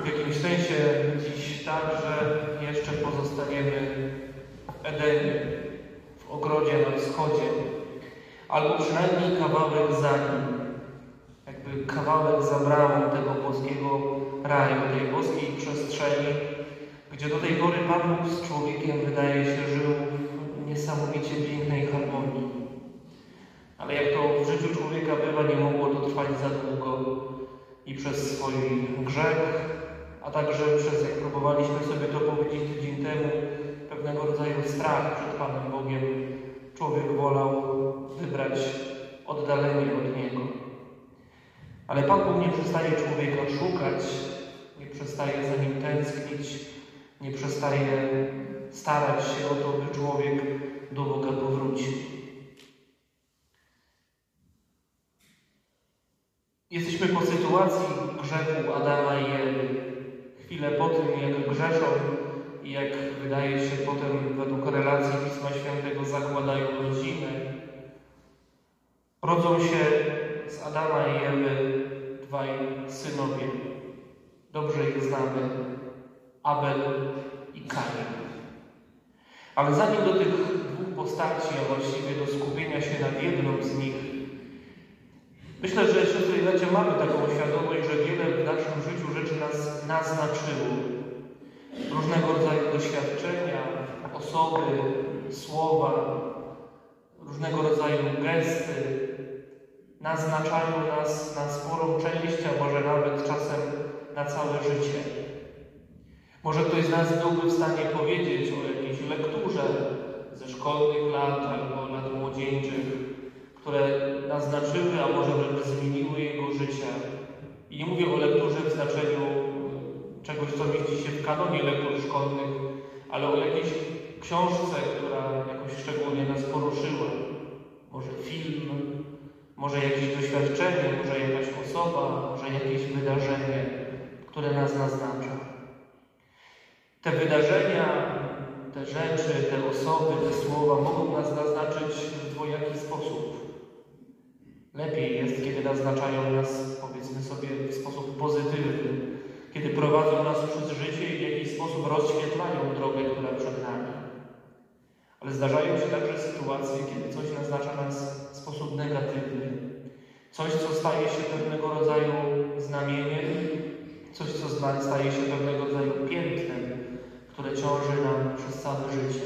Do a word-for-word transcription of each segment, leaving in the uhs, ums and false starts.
w jakimś sensie dziś tak, że jeszcze pozostaniemy w Edenie, w ogrodzie na wschodzie, albo przynajmniej kawałek za nim, jakby kawałek za bramą tego boskiego raju, tej boskiej przestrzeni, gdzie do tej pory Pan Bóg z człowiekiem, wydaje się, żył w niesamowicie pięknej harmonii. Ale jak to w życiu człowieka bywa, nie mogło to trwać za długo i przez swój grzech, a także przez, jak próbowaliśmy sobie to powiedzieć tydzień temu, pewnego rodzaju strach przed Panem Bogiem, człowiek wolał wybrać oddalenie od Niego. Ale Pan Bóg nie przestaje człowieka szukać, nie przestaje za nim tęsknić, nie przestaje starać się o to, by człowiek do Boga powrócił. Jesteśmy po sytuacji grzechu Adama i Ewy. Chwilę po tym, jak grzeszą i jak wydaje się potem według relacji Pisma Świętego zakładają rodzinę, rodzą się z Adama i Ewy dwaj synowie. Dobrze ich znamy, Abel i Kain. Ale zanim do tych dwóch postaci, a właściwie do skupienia się nad jedną z nich, myślę, że siostry i bracia, mamy taką świadomość, że wiele w naszym życiu rzeczy nas naznaczyło. Różnego rodzaju doświadczenia, osoby, słowa, różnego rodzaju gesty naznaczają nas na sporą część, a może nawet czasem na całe życie. Może ktoś z nas byłby w stanie powiedzieć o jakiejś lekturze ze szkolnych lat albo lat młodzieńczych, które naznaczyły, a może wręcz zmieniły jego życie. I nie mówię o lekturze w znaczeniu czegoś, co mieści się w kanonie lektur szkolnych, ale o jakiejś książce, która jakoś szczególnie nas poruszyła. Może film, może jakieś doświadczenie, może jakaś osoba, może jakieś wydarzenie, które nas naznacza. Te wydarzenia, te rzeczy, te osoby, te słowa mogą nas naznaczyć w dwojaki sposób. Lepiej jest, kiedy naznaczają nas, powiedzmy sobie, w sposób pozytywny, kiedy prowadzą nas przez życie i w jakiś sposób rozświetlają drogę, która przed nami. Ale zdarzają się także sytuacje, kiedy coś naznacza nas w sposób negatywny. Coś, co staje się pewnego rodzaju znamieniem, coś, co staje się pewnego rodzaju piętnem, które ciąży nam przez całe życie.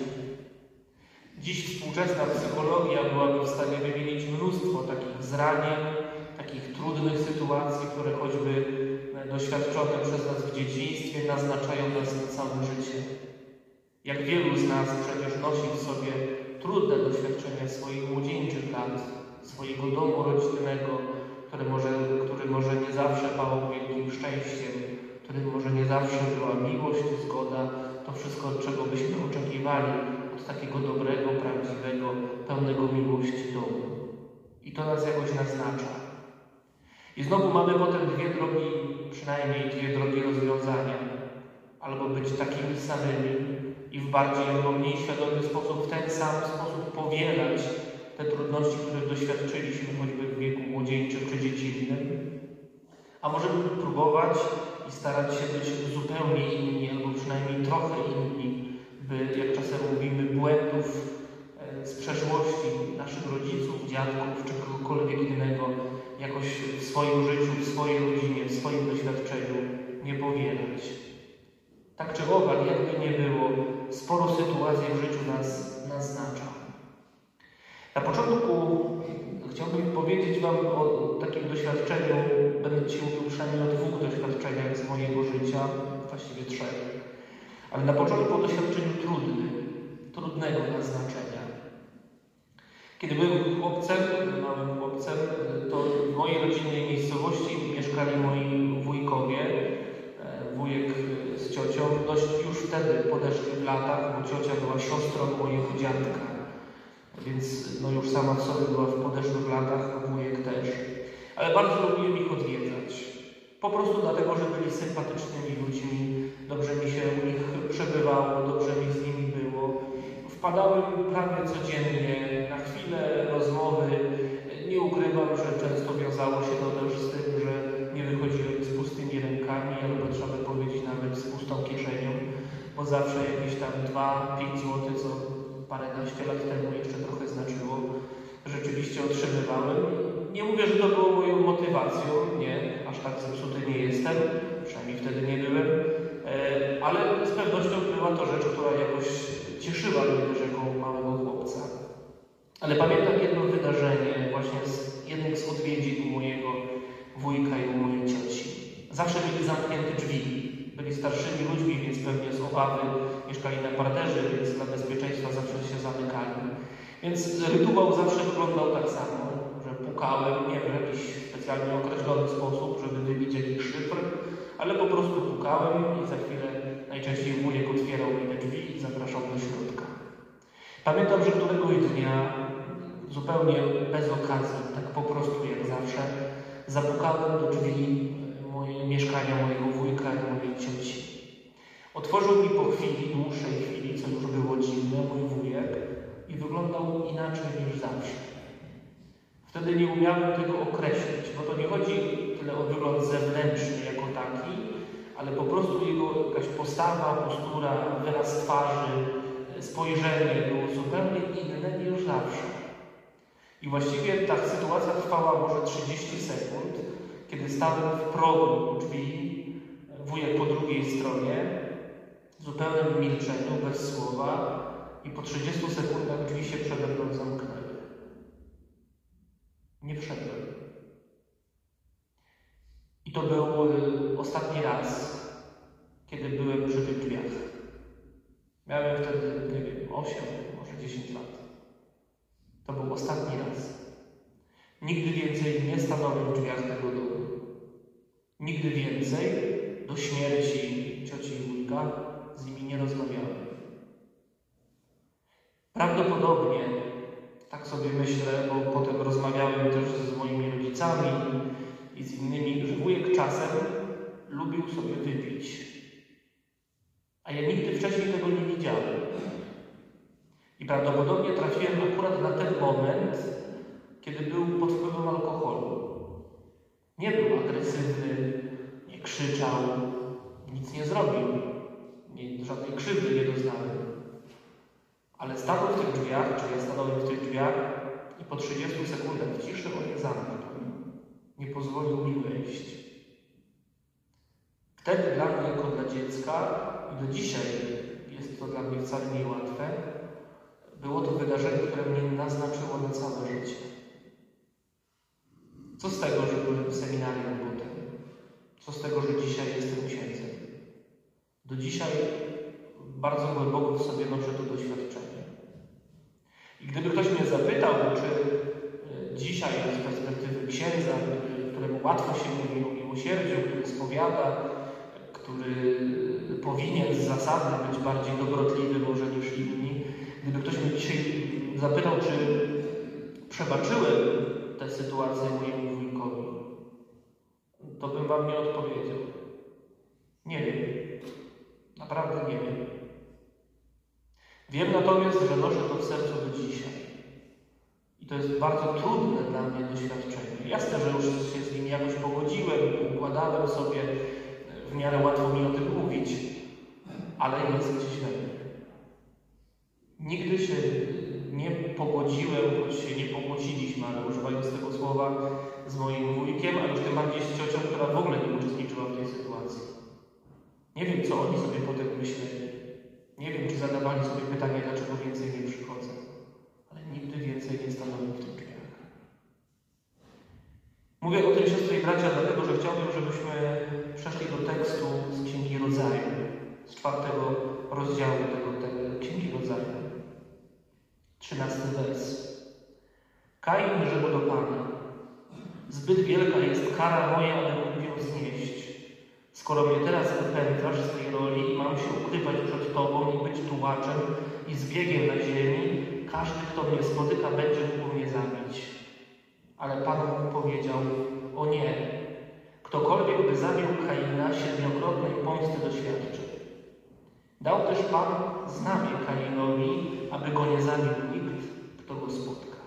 Dziś współczesna psychologia byłaby w stanie wymienić mnóstwo takich zranień, takich trudnych sytuacji, które choćby doświadczone przez nas w dzieciństwie naznaczają nas na całe życie. Jak wielu z nas przecież nosi w sobie trudne doświadczenia swoich młodzieńczych lat, swojego domu rodzinnego, który może, który może nie zawsze pałał wielkim szczęściem, którym może nie zawsze była miłość, zgoda, to wszystko, czego byśmy oczekiwali od takiego dobrego, prawdziwego, pełnego miłości domu. I to nas jakoś naznacza. I znowu mamy potem dwie drogi, przynajmniej dwie drogi rozwiązania. Albo być takimi samymi i w bardziej albo mniej świadomy sposób, w ten sam sposób powielać te trudności, które doświadczyliśmy choćby w wieku młodzieńczym czy dziecinnym. A możemy próbować i starać się być zupełnie inni, albo przynajmniej trochę inni, by, jak czasem mówimy, błędów z przeszłości naszych rodziców, dziadków czy kogokolwiek innego jakoś w swoim życiu, w swojej rodzinie, w swoim doświadczeniu nie powielać. Tak czy owak, jakby nie było, sporo sytuacji w życiu nas naznacza. Na początku chciałbym powiedzieć Wam o takim doświadczeniu, będę Ci mówił przynajmniej o dwóch doświadczeniach z mojego życia, właściwie trzech. Ale na początku o doświadczeniu trudnym, trudnego naznaczenia. Kiedy byłem chłopcem, małym chłopcem, to w mojej rodzinnej miejscowości mieszkali moi wujkowie, wujek z ciocią, dość już wtedy podeszli w latach, bo ciocia była siostrą mojego dziadka, więc no już sama w sobie była w podeszłych latach, wujek też. Ale bardzo lubiłem ich odwiedzać. Po prostu dlatego, że byli sympatycznymi ludźmi, dobrze mi się u nich przebywało, dobrze mi z nimi było. Wpadałem prawie codziennie na chwilę rozmowy. Nie ukrywam, że często wiązało się to też z tym, że nie wychodziłem z pustymi rękami, albo trzeba powiedzieć zawsze jakieś tam dwa pięć złotych, co paręnaście lat temu jeszcze trochę znaczyło. Rzeczywiście otrzymywałem. Nie mówię, że to było moją motywacją, nie, aż tak zepsuty nie jestem, przynajmniej wtedy nie byłem, ale z pewnością była to rzecz, która jakoś cieszyła mnie też jako małego chłopca. Ale pamiętam jedno wydarzenie właśnie z jednych z odwiedzin u mojego wujka i u mojej cioci. Zawsze mieli zamknięte drzwi. Byli starszymi ludźmi, więc pewnie z obawy mieszkali na parterze, więc dla bezpieczeństwa zawsze się zamykali. Więc rytuał zawsze wyglądał tak samo, że pukałem, nie w jakiś specjalnie określony sposób, żeby wybić jakiś szyfr, ale po prostu pukałem i za chwilę najczęściej wujek otwierał mi te drzwi i zapraszał do środka. Pamiętam, że któregoś dnia, zupełnie bez okazji, tak po prostu jak zawsze, zapukałem do drzwi moje, mieszkania mojego wujka i mojej cioci. Otworzył mi po chwili, dłuższej chwili, co już było dziwne, mój wujek i wyglądał inaczej niż zawsze. Wtedy nie umiałem tego określić, bo to nie chodzi tyle o wygląd zewnętrzny jako taki, ale po prostu jego jakaś postawa, postura, wyraz twarzy, spojrzenie było zupełnie inne niż zawsze. I właściwie ta sytuacja trwała może trzydzieści sekund, kiedy stałem w progu drzwi, wujek po drugiej stronie, w zupełnym milczeniu, bez słowa i po trzydziestu sekundach drzwi się przede mną zamknęły. Nie wszedłem. I to był ostatni raz, kiedy byłem przy tych drzwiach. Miałem wtedy, nie wiem, osiem, może dziesięć lat. To był ostatni raz. Nigdy więcej nie stanąłem w drzwiach tego domu. Nigdy więcej do śmierci cioci i wujka z nimi nie rozmawiałem. Prawdopodobnie, tak sobie myślę, bo potem rozmawiałem też z moimi rodzicami i z innymi, że wujek czasem lubił sobie wypić. A ja nigdy wcześniej tego nie widziałem. I prawdopodobnie trafiłem akurat na ten moment, kiedy był pod wpływem alkoholu. Nie był agresywny, nie krzyczał, nic nie zrobił, nie, żadnej krzywdy nie doznałem. Ale stanął w tych drzwiach, czy ja stanąłem w tych drzwiach i po trzydziestu sekundach w ciszy on je zamknął. Nie pozwolił mi wejść. Wtedy dla mnie, jako dla dziecka, i do dzisiaj jest to dla mnie wcale niełatwe, było to wydarzenie, które mnie naznaczyło na całe życie. Co z tego, że byłem w seminarium potem? Co z tego, że dzisiaj jestem księdzem? Do dzisiaj bardzo głęboko w sobie noszę to doświadczenie. I gdyby ktoś mnie zapytał, czy dzisiaj z perspektywy księdza, któremu łatwo się mówi o miłosierdziu, który spowiada, który powinien z zasady być bardziej dobrotliwy może niż inni, gdyby ktoś mnie dzisiaj zapytał, czy przebaczyłem tę sytuację mojemu wujkowi, to bym wam nie odpowiedział. Nie wiem. Naprawdę nie wiem. Wiem natomiast, że noszę to w sercu do dzisiaj. I to jest bardzo trudne dla mnie doświadczenie. Jasne, że już się z nim jakoś pogodziłem, układałem sobie, w miarę łatwo mi o tym mówić, ale jest gdzieś we mnie. Nigdy się nie pogodziłem, choć się nie pokłóciliśmy, ale używając tego słowa, z moim wujkiem, a już tym bardziej z ciocią, która w ogóle nie uczestniczyła w tej sytuacji. Nie wiem, co oni sobie potem myśleli. Nie wiem, czy zadawali sobie pytanie, dlaczego więcej nie przychodzę. Ale nigdy więcej nie stanąłem w tych drzwiach. Mówię o tym, siostry i bracia, dlatego, że chciałbym, żebyśmy przeszli do tekstu z Księgi Rodzaju, z czwartego rozdziału tego, tego Księgi Rodzaju. Trzynasty wers. Kain rzekł do Pana: zbyt wielka jest kara moja, aby mógł ją znieść. Skoro mnie teraz wypędzasz z tej roli i mam się ukrywać przed Tobą i być tułaczem i zbiegiem na ziemi, każdy, kto mnie spotyka, będzie mógł mnie zabić. Ale Pan mu powiedział: o nie, ktokolwiek by zabił Kaina, siedmiokrotnej pomsty doświadczy. Dał też Pan znamię Kainowi, aby go nie zabił nikt, kto go spotka.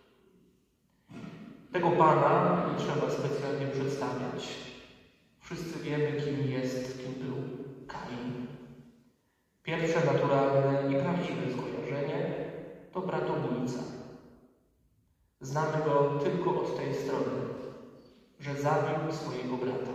Tego Pana nie trzeba specjalnie przedstawiać. Wszyscy wiemy, kim jest, kim był Kain. Pierwsze naturalne i prawdziwe skojarzenie to bratobójca. Znamy go tylko od tej strony, że zabił swojego brata.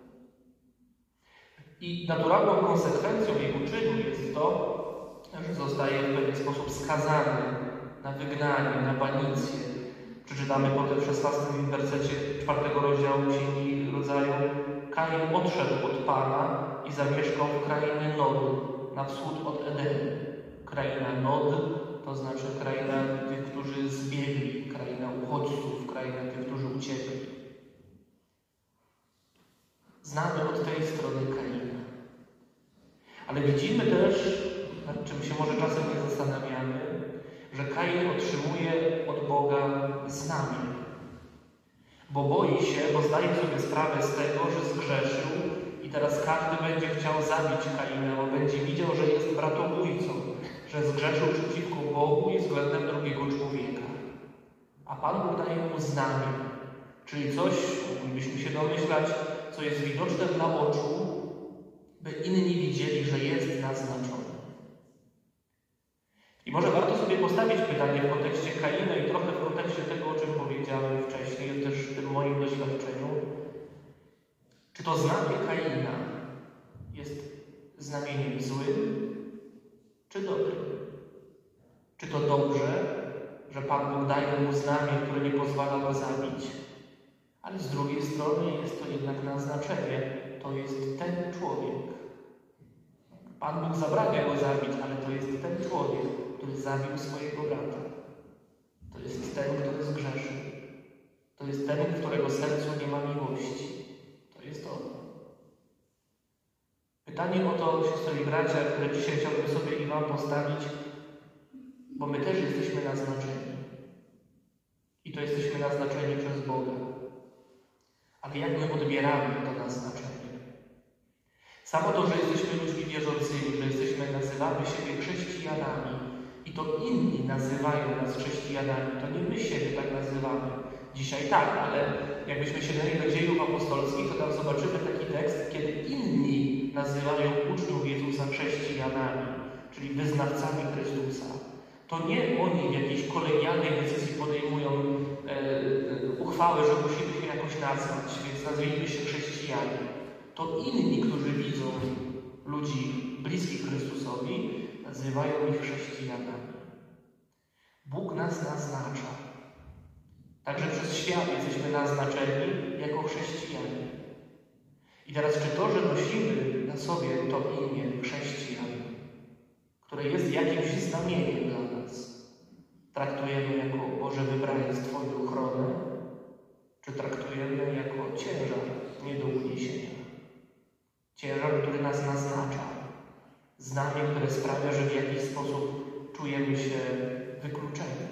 I naturalną konsekwencją jego czynu jest to, że zostaje w pewien sposób skazany na wygnanie, na banicję. Przeczytamy potem w szesnastym wersecie czwartego rozdziału Księgi Rodzaju: Kain odszedł od Pana i zamieszkał w krainie Nod, na wschód od Edenu. Kraina Nod to znaczy kraina tych, którzy zbiegli, kraina uchodźców, kraina tych, którzy uciekli. Znamy od tej strony Kaina. Ale widzimy też, nad czym się może czasem nie zastanawiamy, że Kain otrzymuje od Boga znamię. Bo boi się, bo zdaje sobie sprawę z tego, że zgrzeszył i teraz każdy będzie chciał zabić Kaina, bo będzie widział, że jest bratobójcą, że zgrzeszył przeciwko Bogu i względem drugiego człowieka. A Pan Bóg daje mu znamię, czyli coś, moglibyśmy się domyślać, co jest widoczne dla oczu, by inni widzieli, że jest naznaczone. I może warto sobie postawić pytanie w kontekście Kaina i trochę w kontekście tego, o czym powiedziałem wcześniej, też w tym moim doświadczeniu. Czy to znamię Kaina jest znamieniem złym, czy dobrym? Czy to dobrze, że Pan Bóg daje mu znamię, które nie pozwala go zabić? Ale z drugiej strony jest to jednak naznaczenie. To jest ten człowiek. Pan Bóg zabrania go zabić, ale to jest ten człowiek, który zabił swojego brata. To jest ten, który zgrzeszył. To jest ten, w którego sercu nie ma miłości. To jest on. Pytanie o to, siostry i bracia, które dzisiaj chciałbym sobie i wam postawić, bo my też jesteśmy naznaczeni. I to jesteśmy naznaczeni przez Boga. Ale jak my odbieramy to naznaczenie? Samo to, że jesteśmy ludźmi wierzącymi, że jesteśmy, nazywamy siebie chrześcijanami i to inni nazywają nas chrześcijanami, to nie my siebie tak nazywamy. Dzisiaj tak, ale jakbyśmy sięgnęli do dziejów apostolskich, to tam zobaczymy taki tekst, kiedy inni nazywają uczniów Jezusa chrześcijanami, czyli wyznawcami Chrystusa. To nie oni w jakiejś kolegialnej decyzji podejmują e, uchwałę, że musimy się jakoś nazwać, więc nazwijmy się chrześcijanie. To inni, którzy widzą ludzi bliskich Chrystusowi, nazywają ich chrześcijanami. Bóg nas naznacza. Także przez świat jesteśmy naznaczeni jako chrześcijanie. I teraz, czy to, że nosimy na sobie to imię chrześcijan, które jest jakimś znamieniem dla nas, traktujemy jako Boże wybraństwo i ochronę, czy traktujemy jako ciężar nie do uniesienia? Ciężar, który nas naznacza. Znamie, które sprawia, że w jakiś sposób czujemy się wykluczeni.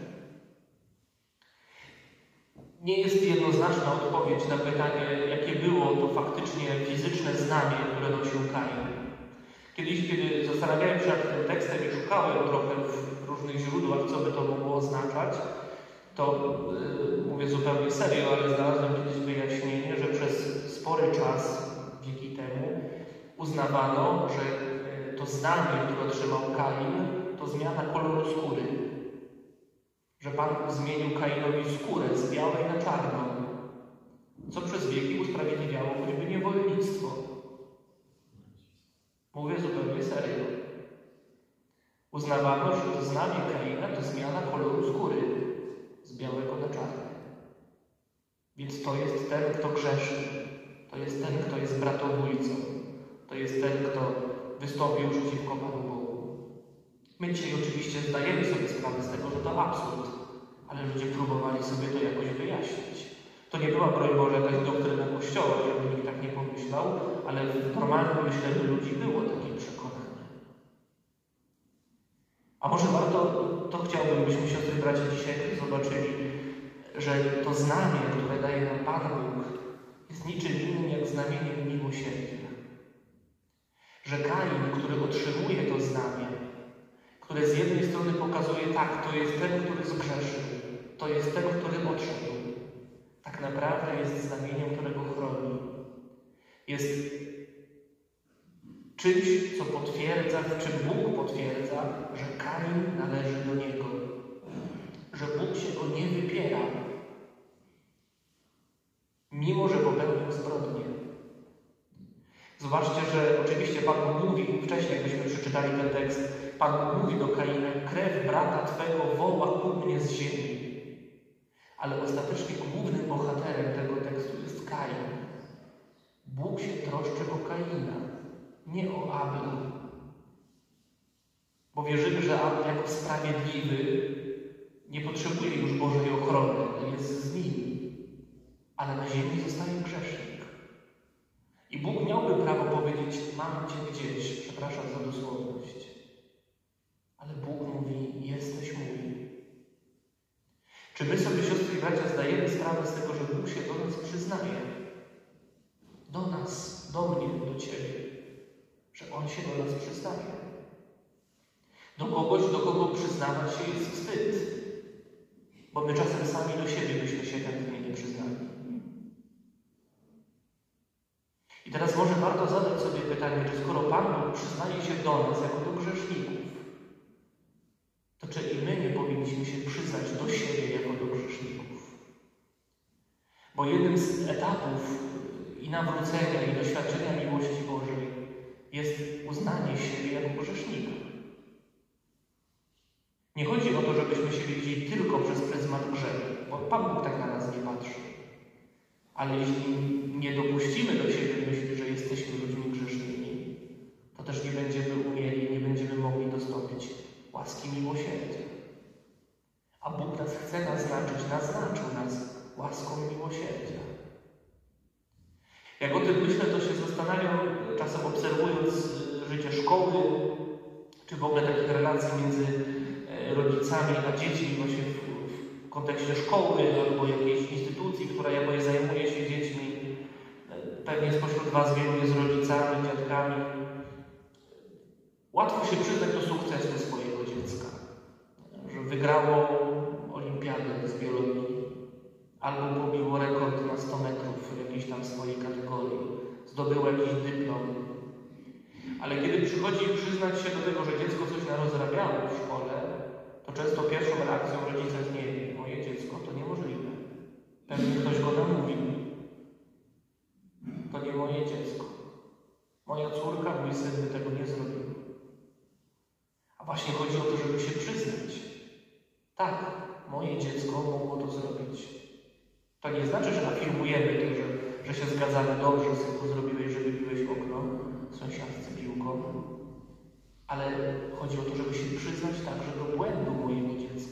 Nie jest jednoznaczna odpowiedź na pytanie, jakie było to faktycznie fizyczne znamie, które nosił Kain. Kiedyś, kiedy zastanawiałem się nad tym tekstem i szukałem trochę w różnych źródłach, co by to mogło oznaczać, to yy, mówię zupełnie serio, ale znalazłem kiedyś wyjaśnienie, że przez spory czas, wieki temu, uznawano, że yy, to znamie, które otrzymał Kain, to zmiana koloru skóry. Że Pan zmienił Kainowi skórę z białej na czarną, co przez wieki usprawiedliwiało choćby niewolnictwo. Mówię zupełnie serio. Uznawano, że to znamie Kaina to zmiana koloru skóry z białego na czarny. Więc to jest ten, kto grzeszy. To jest ten, kto jest bratobójcą. To jest ten, kto wystąpił przeciwko Panu Bogu. My dzisiaj oczywiście zdajemy sobie sprawę z tego, że to absurd, ale ludzie próbowali sobie to jakoś wyjaśnić. To nie była, broń Boże, jakaś doktryna Kościoła, żeby nikt tak nie pomyślał, ale w normalnym myśleniu ludzi było takie przekonanie. A może warto, to chciałbym, byśmy siostry i bracia dzisiaj zobaczyli, że to znamie, które daje nam Pan Bóg, jest niczym innym jak znamieniem miłosierdzia. Że Kain, który otrzymuje to znamie, które z jednej strony pokazuje, tak, to jest ten, który zgrzeszył, to jest ten, który odszedł. Tak naprawdę jest znamieniem, którego chroni. Jest czymś, co potwierdza, w czym Bóg potwierdza, że Kain należy do Niego, że Bóg się go nie wypiera, mimo że popełnił zbrodnię. Zobaczcie, że oczywiście Pan Bóg mówi, wcześniej jakbyśmy przeczytali ten tekst, Pan Bóg mówi do Kaina: krew brata Twego woła ku mnie z ziemi. Ale ostatecznie głównym bohaterem tego tekstu jest Kain. Bóg się troszczy o Kaina, nie o Abel. Bo wierzymy, że Abel jako sprawiedliwy nie potrzebuje już Bożej ochrony, jest z nim. Ale na ziemi zostaje grzesznik. I Bóg miałby prawo powiedzieć: mam Cię gdzieś, przepraszam za dosłowność. Ale Bóg mówi: jesteś mój. Czy my sobie, siostry i bracia, zdajemy sprawę z tego, że Bóg się do nas przyznaje? Do nas, do mnie, do Ciebie. Że On się do nas przyznaje. Do kogoś, do kogo przyznawać się jest wstyd. Bo my czasem sami do siebie byśmy się chętnie nie przyznali. I teraz może warto zadać sobie pytanie, czy skoro Pan Bóg przyznaje się do nas jako do grzeszników, to czy i my nie powinniśmy się przyznać do siebie jako do grzeszników? Bo jednym z etapów i nawrócenia, i doświadczenia miłości Bożej jest uznanie siebie jako grzesznika. Nie chodzi o to, żebyśmy się widzieli tylko przez pryzmat grzechu, bo Pan Bóg tak na nas nie patrzy. Ale jeśli nie dopuścimy do siebie myśli, że jesteśmy ludźmi grzesznymi, to też nie będziemy umieli, nie będziemy mogli dostąpić łaski miłosierdzia. A Bóg nas chce naznaczyć, naznaczył nas łaską miłosierdzia. Jak o tym myślę, to się zastanawiam, czasem obserwując życie szkoły, czy w ogóle takich relacji między rodzicami a dziećmi właśnie w, w kontekście szkoły albo jakiejś instytucji, która jakoś zajmuje się dziećmi. Pewnie spośród Was wielu jest rodzicami, dziadkami. Łatwo się przyznać do sukcesu swojego dziecka, że wygrało olimpiadę z biologii albo pobiło rekord na sto metrów w jakiejś tam swojej kategorii, zdobyło jakiś dyplom. Ale kiedy przychodzi przyznać się do tego, że dziecko coś narozrabiało w szkole, to często pierwszą reakcją rodzica jest: nie, moje dziecko to niemożliwe. Pewnie ktoś go namówił. To nie moje dziecko. Moja córka, mój syn by tego nie zrobił. A właśnie chodzi o to, żeby się przyznać. Tak, moje dziecko mogło to zrobić. To nie znaczy, że afirmujemy to, że, że się zgadzamy. Dobrze, synku, zrobiłeś, że wybiłeś okno sąsiadce piłką. Ale chodzi o to, żeby się przyznać także do błędu mojego dziecka.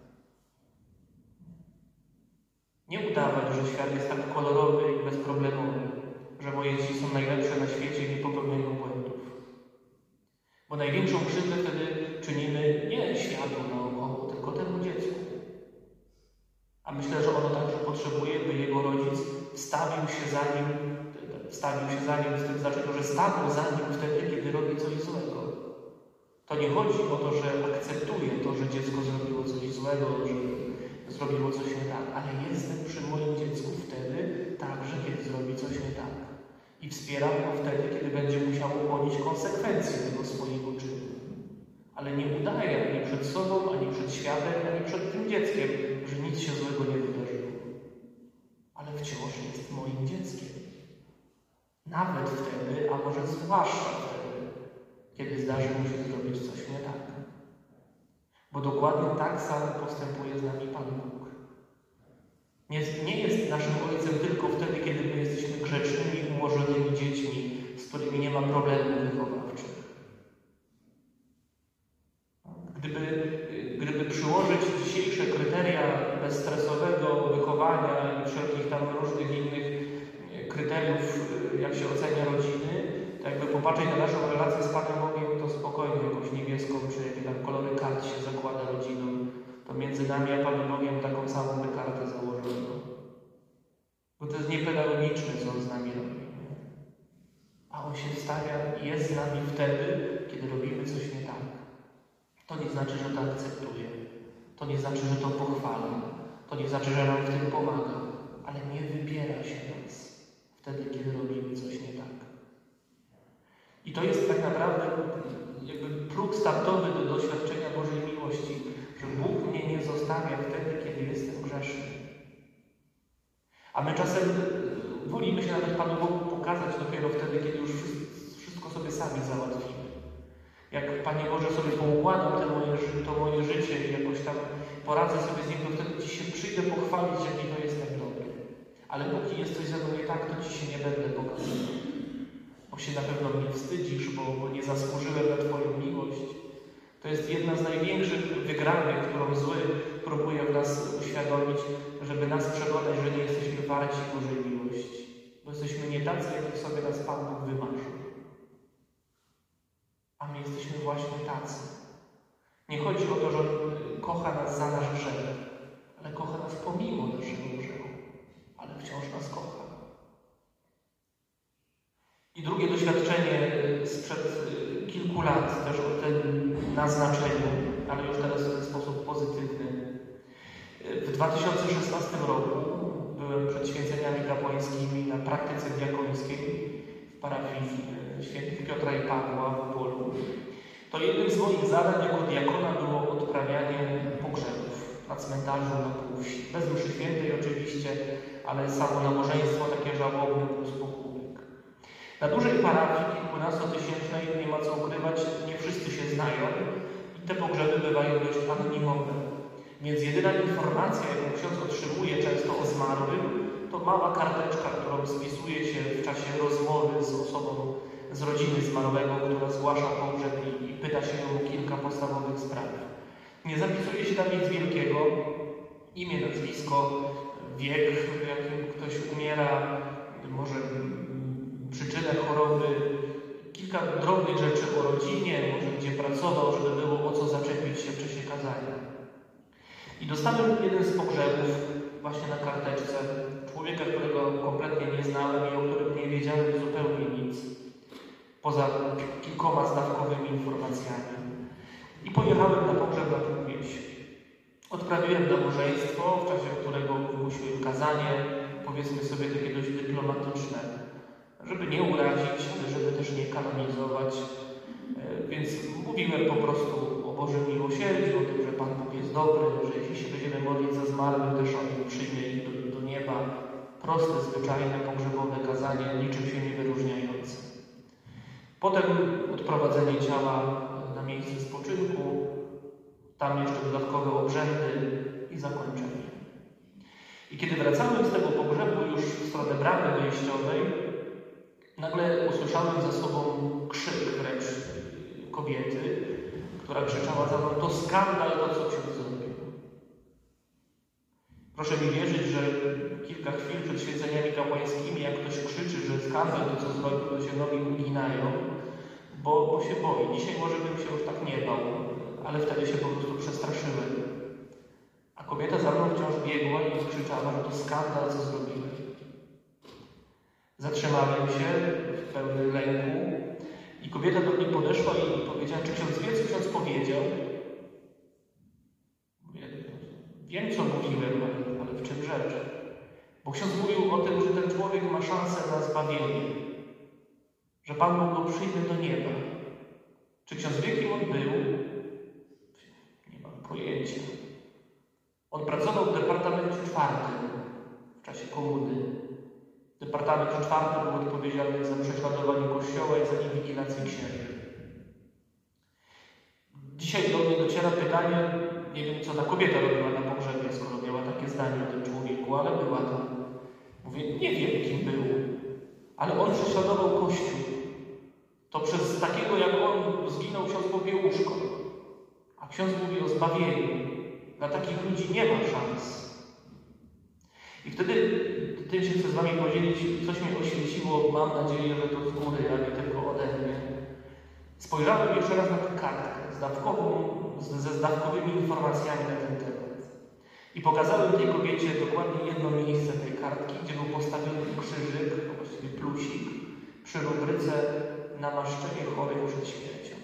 Nie udawać, że świat jest tak kolorowy i bezproblemowy, że moje dzieci są najlepsze na świecie i nie popełniają błędów. Bo największą krzywdę wtedy czynimy nie światu naokoło, tylko temu dziecku. A myślę, że ono także potrzebuje, by jego rodzic wstawił się za nim, wstawił się za nim w tym znaczeniu, że stanął za nim wtedy, kiedy robi coś złego. To nie chodzi o to, że akceptuję to, że dziecko zrobiło coś złego, że zrobiło coś nie tak, ale jestem przy moim dziecku wtedy także, kiedy zrobi coś nie tak. I wspieram go wtedy, kiedy będzie musiał ponieść konsekwencje tego swojego czynu. Ale nie udaję ani przed sobą, ani przed światem, ani przed tym dzieckiem, że nic się złego nie wydarzyło. Ale wciąż jest moim dzieckiem. Nawet wtedy, a może zwłaszcza wtedy, kiedy zdarzy mu się zrobić coś nie tak. Bo dokładnie tak samo postępuje z nami Pan Bóg. Nie, nie jest naszym Ojcem tylko wtedy, kiedy my jesteśmy grzecznymi, ułożonymi dziećmi, z którymi nie ma problemów wychowawczych. Gdyby, gdyby przyłożyć dzisiejsze kryteria bezstresowego wychowania i wszelkich tam różnych innych kryteriów, jak się ocenia rodziny, to jakby popatrzeć na naszą relację z Panem Bogiem, to spokojnie jakąś niebieską, czy jakie tam kolory kart się zakłada rodziną, to między nami a Panem Bogiem taką samą by kartę założono. Bo to jest niepedagogiczne, co On z nami robi. A On się stawia i jest z nami wtedy, kiedy robimy coś nie tak. To nie znaczy, że to akceptuje. To nie znaczy, że to pochwala. To nie znaczy, że nam w tym pomaga. Ale nie wybiera się nas wtedy, kiedy robimy coś nie tak. I to jest tak naprawdę jakby próg startowy do doświadczenia Bożej miłości, że Bóg mnie nie zostawia wtedy, kiedy jestem grzeszny. A my czasem wolimy się nawet Panu Bogu pokazać dopiero wtedy, kiedy już wszystko sobie sami załatwimy. Jak Panie Boże sobie poukładam to moje, to moje życie i jakoś tam poradzę sobie z nim, to wtedy Ci się przyjdę pochwalić, jaki to jestem dobry. Ale póki jest coś ze mną nie tak, to Ci się nie będę pokazywał. Bo się na pewno mnie wstydzisz, bo, bo nie zasłużyłem na Twoją miłość. To jest jedna z największych wygranych, którą zły próbuje w nas uświadomić, żeby nas przekonać, że nie jesteśmy warci Bożej miłości. Bo jesteśmy nie tacy, jakich sobie nas Pan Bóg wymarzył. A my jesteśmy właśnie tacy. Nie chodzi o to, że On kocha nas za nasz grzech, ale kocha nas pomimo naszego grzechu. Ale wciąż nas kocha. I drugie doświadczenie sprzed kilku lat, też o tym naznaczeniu, ale już teraz w sposób pozytywny. W dwa tysiące szesnastym roku byłem przed święceniami kapłańskimi na praktyce diakońskiej w parafii świętych Piotra i Pawła w Opolu. To jednym z moich zadań jako diakona było odprawianie pogrzebów na cmentarzu na pół wsi. Bez mszy świętej oczywiście, ale samo nabożeństwo takie żałobne plus pokój. Na dużej parafii kilkunastotysięcznej, nie ma co ukrywać, nie wszyscy się znają i te pogrzeby bywają dość anonimowe. Więc jedyna informacja, jaką ksiądz otrzymuje często o zmarłym, to mała karteczka, którą spisuje się w czasie rozmowy z osobą z rodziny zmarłego, która zgłasza pogrzeb i, i pyta się ją o kilka podstawowych spraw. Nie zapisuje się tam nic wielkiego, imię, nazwisko, wiek, w jakim ktoś umiera, może przyczynę choroby, kilka drobnych rzeczy o rodzinie, może gdzie pracował, żeby było o co zaczepić się w czasie kazania. I dostałem jeden z pogrzebów właśnie na karteczce człowieka, którego kompletnie nie znałem i o którym nie wiedziałem zupełnie nic, poza kilkoma zdawkowymi informacjami. I pojechałem na pogrzeb na pół wieś. Odprawiłem nabożeństwo, w czasie którego wygłosiłem kazanie, powiedzmy sobie takie dość dyplomatyczne, żeby nie urazić, ale żeby też nie kanonizować. Więc mówiłem po prostu o Bożym miłosierdziu, o tym, że Pan Bóg jest dobry, że jeśli się będziemy modlić za zmarłych, też On przyjmie ich do, do nieba. Proste, zwyczajne, pogrzebowe kazanie, niczym się nie wyróżniające. Potem odprowadzenie ciała na miejsce spoczynku, tam jeszcze dodatkowe obrzędy i zakończenie. I kiedy wracałem z tego pogrzebu już w stronę bramy wejściowej, nagle usłyszałem za sobą krzyk wręcz kobiety, która krzyczała za mną: to skandal, to co ksiądz zrobił. Proszę mi wierzyć, że kilka chwil przed święceniami kapłańskimi, jak ktoś krzyczy, że skandal, to co zrobił, to się nogi uginają, bo, bo się boi. Dzisiaj może bym się już tak nie bał, ale wtedy się po prostu przestraszyłem. A kobieta za mną wciąż biegła i krzyczała, że to skandal, co zrobiłem. Zatrzymałem się w pełnym lęku i kobieta do mnie podeszła i powiedziała: czy ksiądz wie, co ksiądz powiedział? Mówię: wiem, co mówiłem, ale, ale w czym rzecz? Bo ksiądz mówił o tym, że ten człowiek ma szansę na zbawienie, że Pan Bóg go przyjmie do nieba. Czy ksiądz wie, kim on był? Nie mam pojęcia. On pracował w Departamencie Czwartym w czasie komuny. Departament Czwarty był odpowiedzialny za prześladowanie Kościoła i za inwigilację księży. Dzisiaj do mnie dociera pytanie, nie wiem, co ta kobieta robiła na pogrzebie, skoro miała takie zdanie o tym człowieku, ale była tam. Mówię: nie wiem, kim był, ale on prześladował Kościół. To przez takiego jak on zginął ksiądz Popiełuszko. A ksiądz mówi o zbawieniu. Dla takich ludzi nie ma szans. I wtedy tym się chcę z Wami podzielić, coś mnie oświeciło, mam nadzieję, że to z góry, a nie tylko ode mnie. Spojrzałem jeszcze raz na tę kartkę zdawkową, ze zdawkowymi informacjami na ten temat. I pokazałem tej kobiecie dokładnie jedno miejsce tej kartki, gdzie był postawiony krzyżyk, a właściwie plusik, przy rubryce namaszczenie chorych przed śmiercią.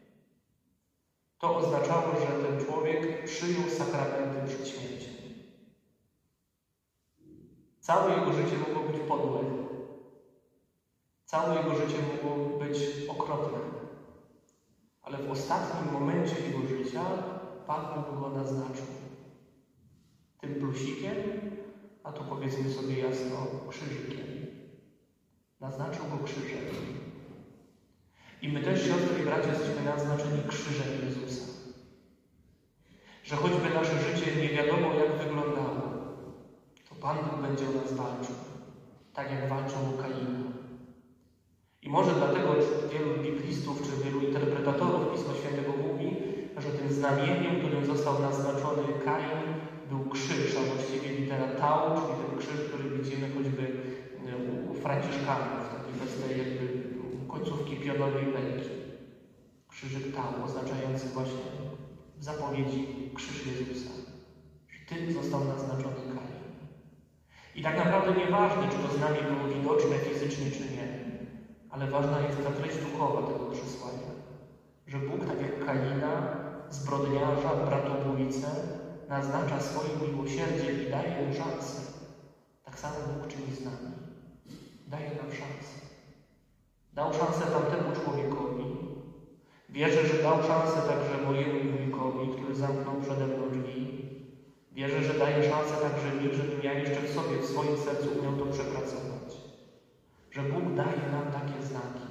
To oznaczało, że ten człowiek przyjął sakramenty przed śmiercią. Całe jego życie mogło być podłe. Całe jego życie mogło być okropne, ale w ostatnim momencie jego życia Pan Bóg go naznaczył tym plusikiem, a tu powiedzmy sobie jasno krzyżykiem. Naznaczył go krzyżem. I my też, siostry i bracia, jesteśmy naznaczeni krzyżem Jezusa. Że choćby nasze życie nie wiadomo jak wyglądało, to Pan Bóg będzie o nas walczył, tak jak walczył o Kaina. I może dlatego wielu biblistów czy wielu interpretatorów Pisma Świętego mówi, że tym znamieniem, którym został naznaczony Kain, był krzyż, a właściwie litera tau, czyli ten krzyż, który widzimy choćby u Franciszkanów, taki bez tej jakby końcówki pionowej belki. Krzyżyk tau, oznaczający właśnie w zapowiedzi krzyż Jezusa. Że tym został naznaczony Kain. I tak naprawdę nieważne, czy to znamie było widoczne fizycznie, czy nie, ale ważna jest ta treść duchowa tego przesłania. Że Bóg, tak jak Kaina, zbrodniarza, bratobójcę, naznacza swoim miłosierdziem i daje mu szansę. Tak samo Bóg czyni z nami. Daje nam szansę. Dał szansę tamtemu człowiekowi. Wierzę, że dał szansę także mojemu wujkowi, który zamknął przede mną drzwi. Wierzę, że daje szansę także mi, żebym ja jeszcze w sobie, w swoim sercu umiał to przepracować. Że Bóg daje nam takie znaki.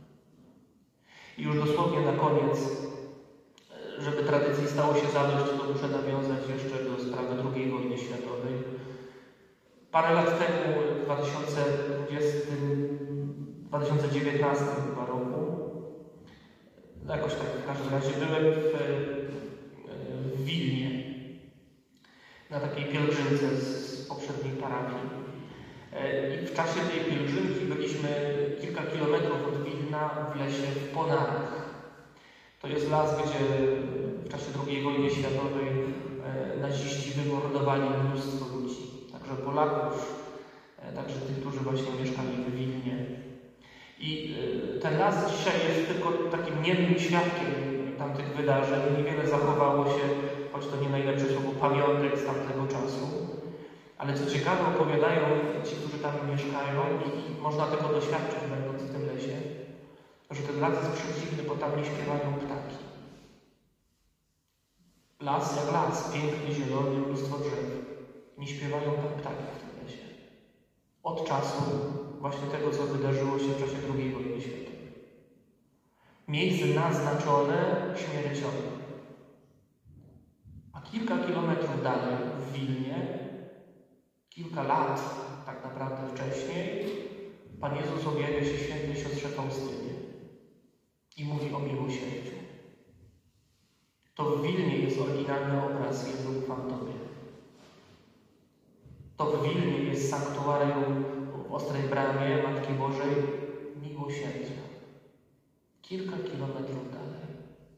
I już dosłownie na koniec, żeby tradycji stało się zadość, to muszę nawiązać jeszcze do sprawy drugiej wojny światowej. Parę lat temu, w dwa tysiące dwudziestym, dwa tysiące dziewiętnastym chyba roku, jakoś tak w każdym razie, byłem w, w Wilnie na takiej pielgrzymce z poprzedniej parafii. I w czasie tej pielgrzymki byliśmy kilka kilometrów od Wilna w lesie w Ponarach. To jest las, gdzie w czasie drugiej wojny światowej naziści wymordowali mnóstwo ludzi. Także Polaków, także tych, którzy właśnie mieszkali w Wilnie. I ten las dzisiaj jest tylko takim niemym świadkiem tamtych wydarzeń. Niewiele zachowało się, choć to nie najlepsze słowo, pamiątek z tamtego czasu. Ale co ciekawe, opowiadają ci, którzy tam mieszkają i można tego doświadczyć, będąc w tym lesie, że ten las jest przeciwny, bo tam nie śpiewają ptaki. Las jak las, piękny, zielony, mnóstwo drzew. Nie śpiewają tam ptaki w tym lesie. Od czasu właśnie tego, co wydarzyło się w czasie drugiej wojny światowej. Miejsce naznaczone śmiercią. A kilka kilometrów dalej, w Wilnie, kilka lat tak naprawdę wcześniej, Pan Jezus objawia się świętej siostrze Faustynie i mówi o miłosierdziu. To w Wilnie jest oryginalny obraz Jezu, ufam Tobie. To w Wilnie jest sanktuarium w Ostrej Bramie Matki Bożej miłosierdzia. Kilka kilometrów dalej.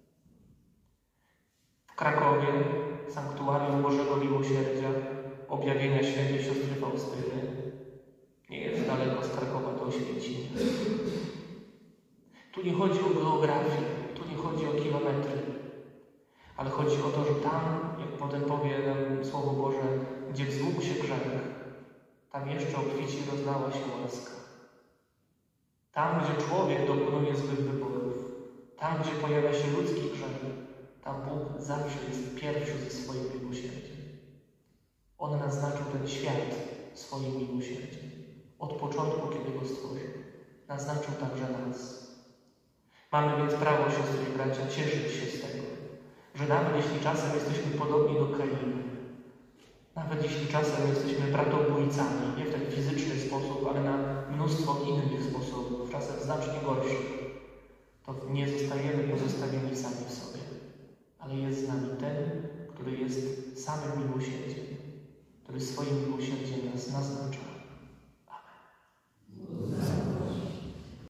W Krakowie sanktuarium Bożego Miłosierdzia, objawienia świętej siostry Faustyny. Nie jest daleko z Krakowa do Oświęcimia. Tu nie chodzi o geografię, tu nie chodzi o kilometry, ale chodzi o to, że tam, jak potem powie nam Słowo Boże, gdzie wzmógł się grzech, tam jeszcze obficie rozlała się łaska. Tam, gdzie człowiek dokonuje złych wyborów, tam, gdzie pojawia się ludzki grzech, tam Bóg zawsze jest pierwszy ze swoim miłosierdziem. On naznaczył ten świat swoim miłosierdziem. Od początku, kiedy go stworzył, naznaczył także nas. Mamy więc prawo, siostry i bracia, cieszyć się z tego, że nawet jeśli czasem jesteśmy podobni do Kaina, nawet jeśli czasem jesteśmy bratobójcami, nie w ten fizyczny sposób, ale na mnóstwo innych sposobów, czasem znacznie gorszych, to nie zostajemy pozostawieni sami w sobie, ale jest z nami ten, który jest samym miłosierdziem, który swoim miłosierdziem nas naznacza.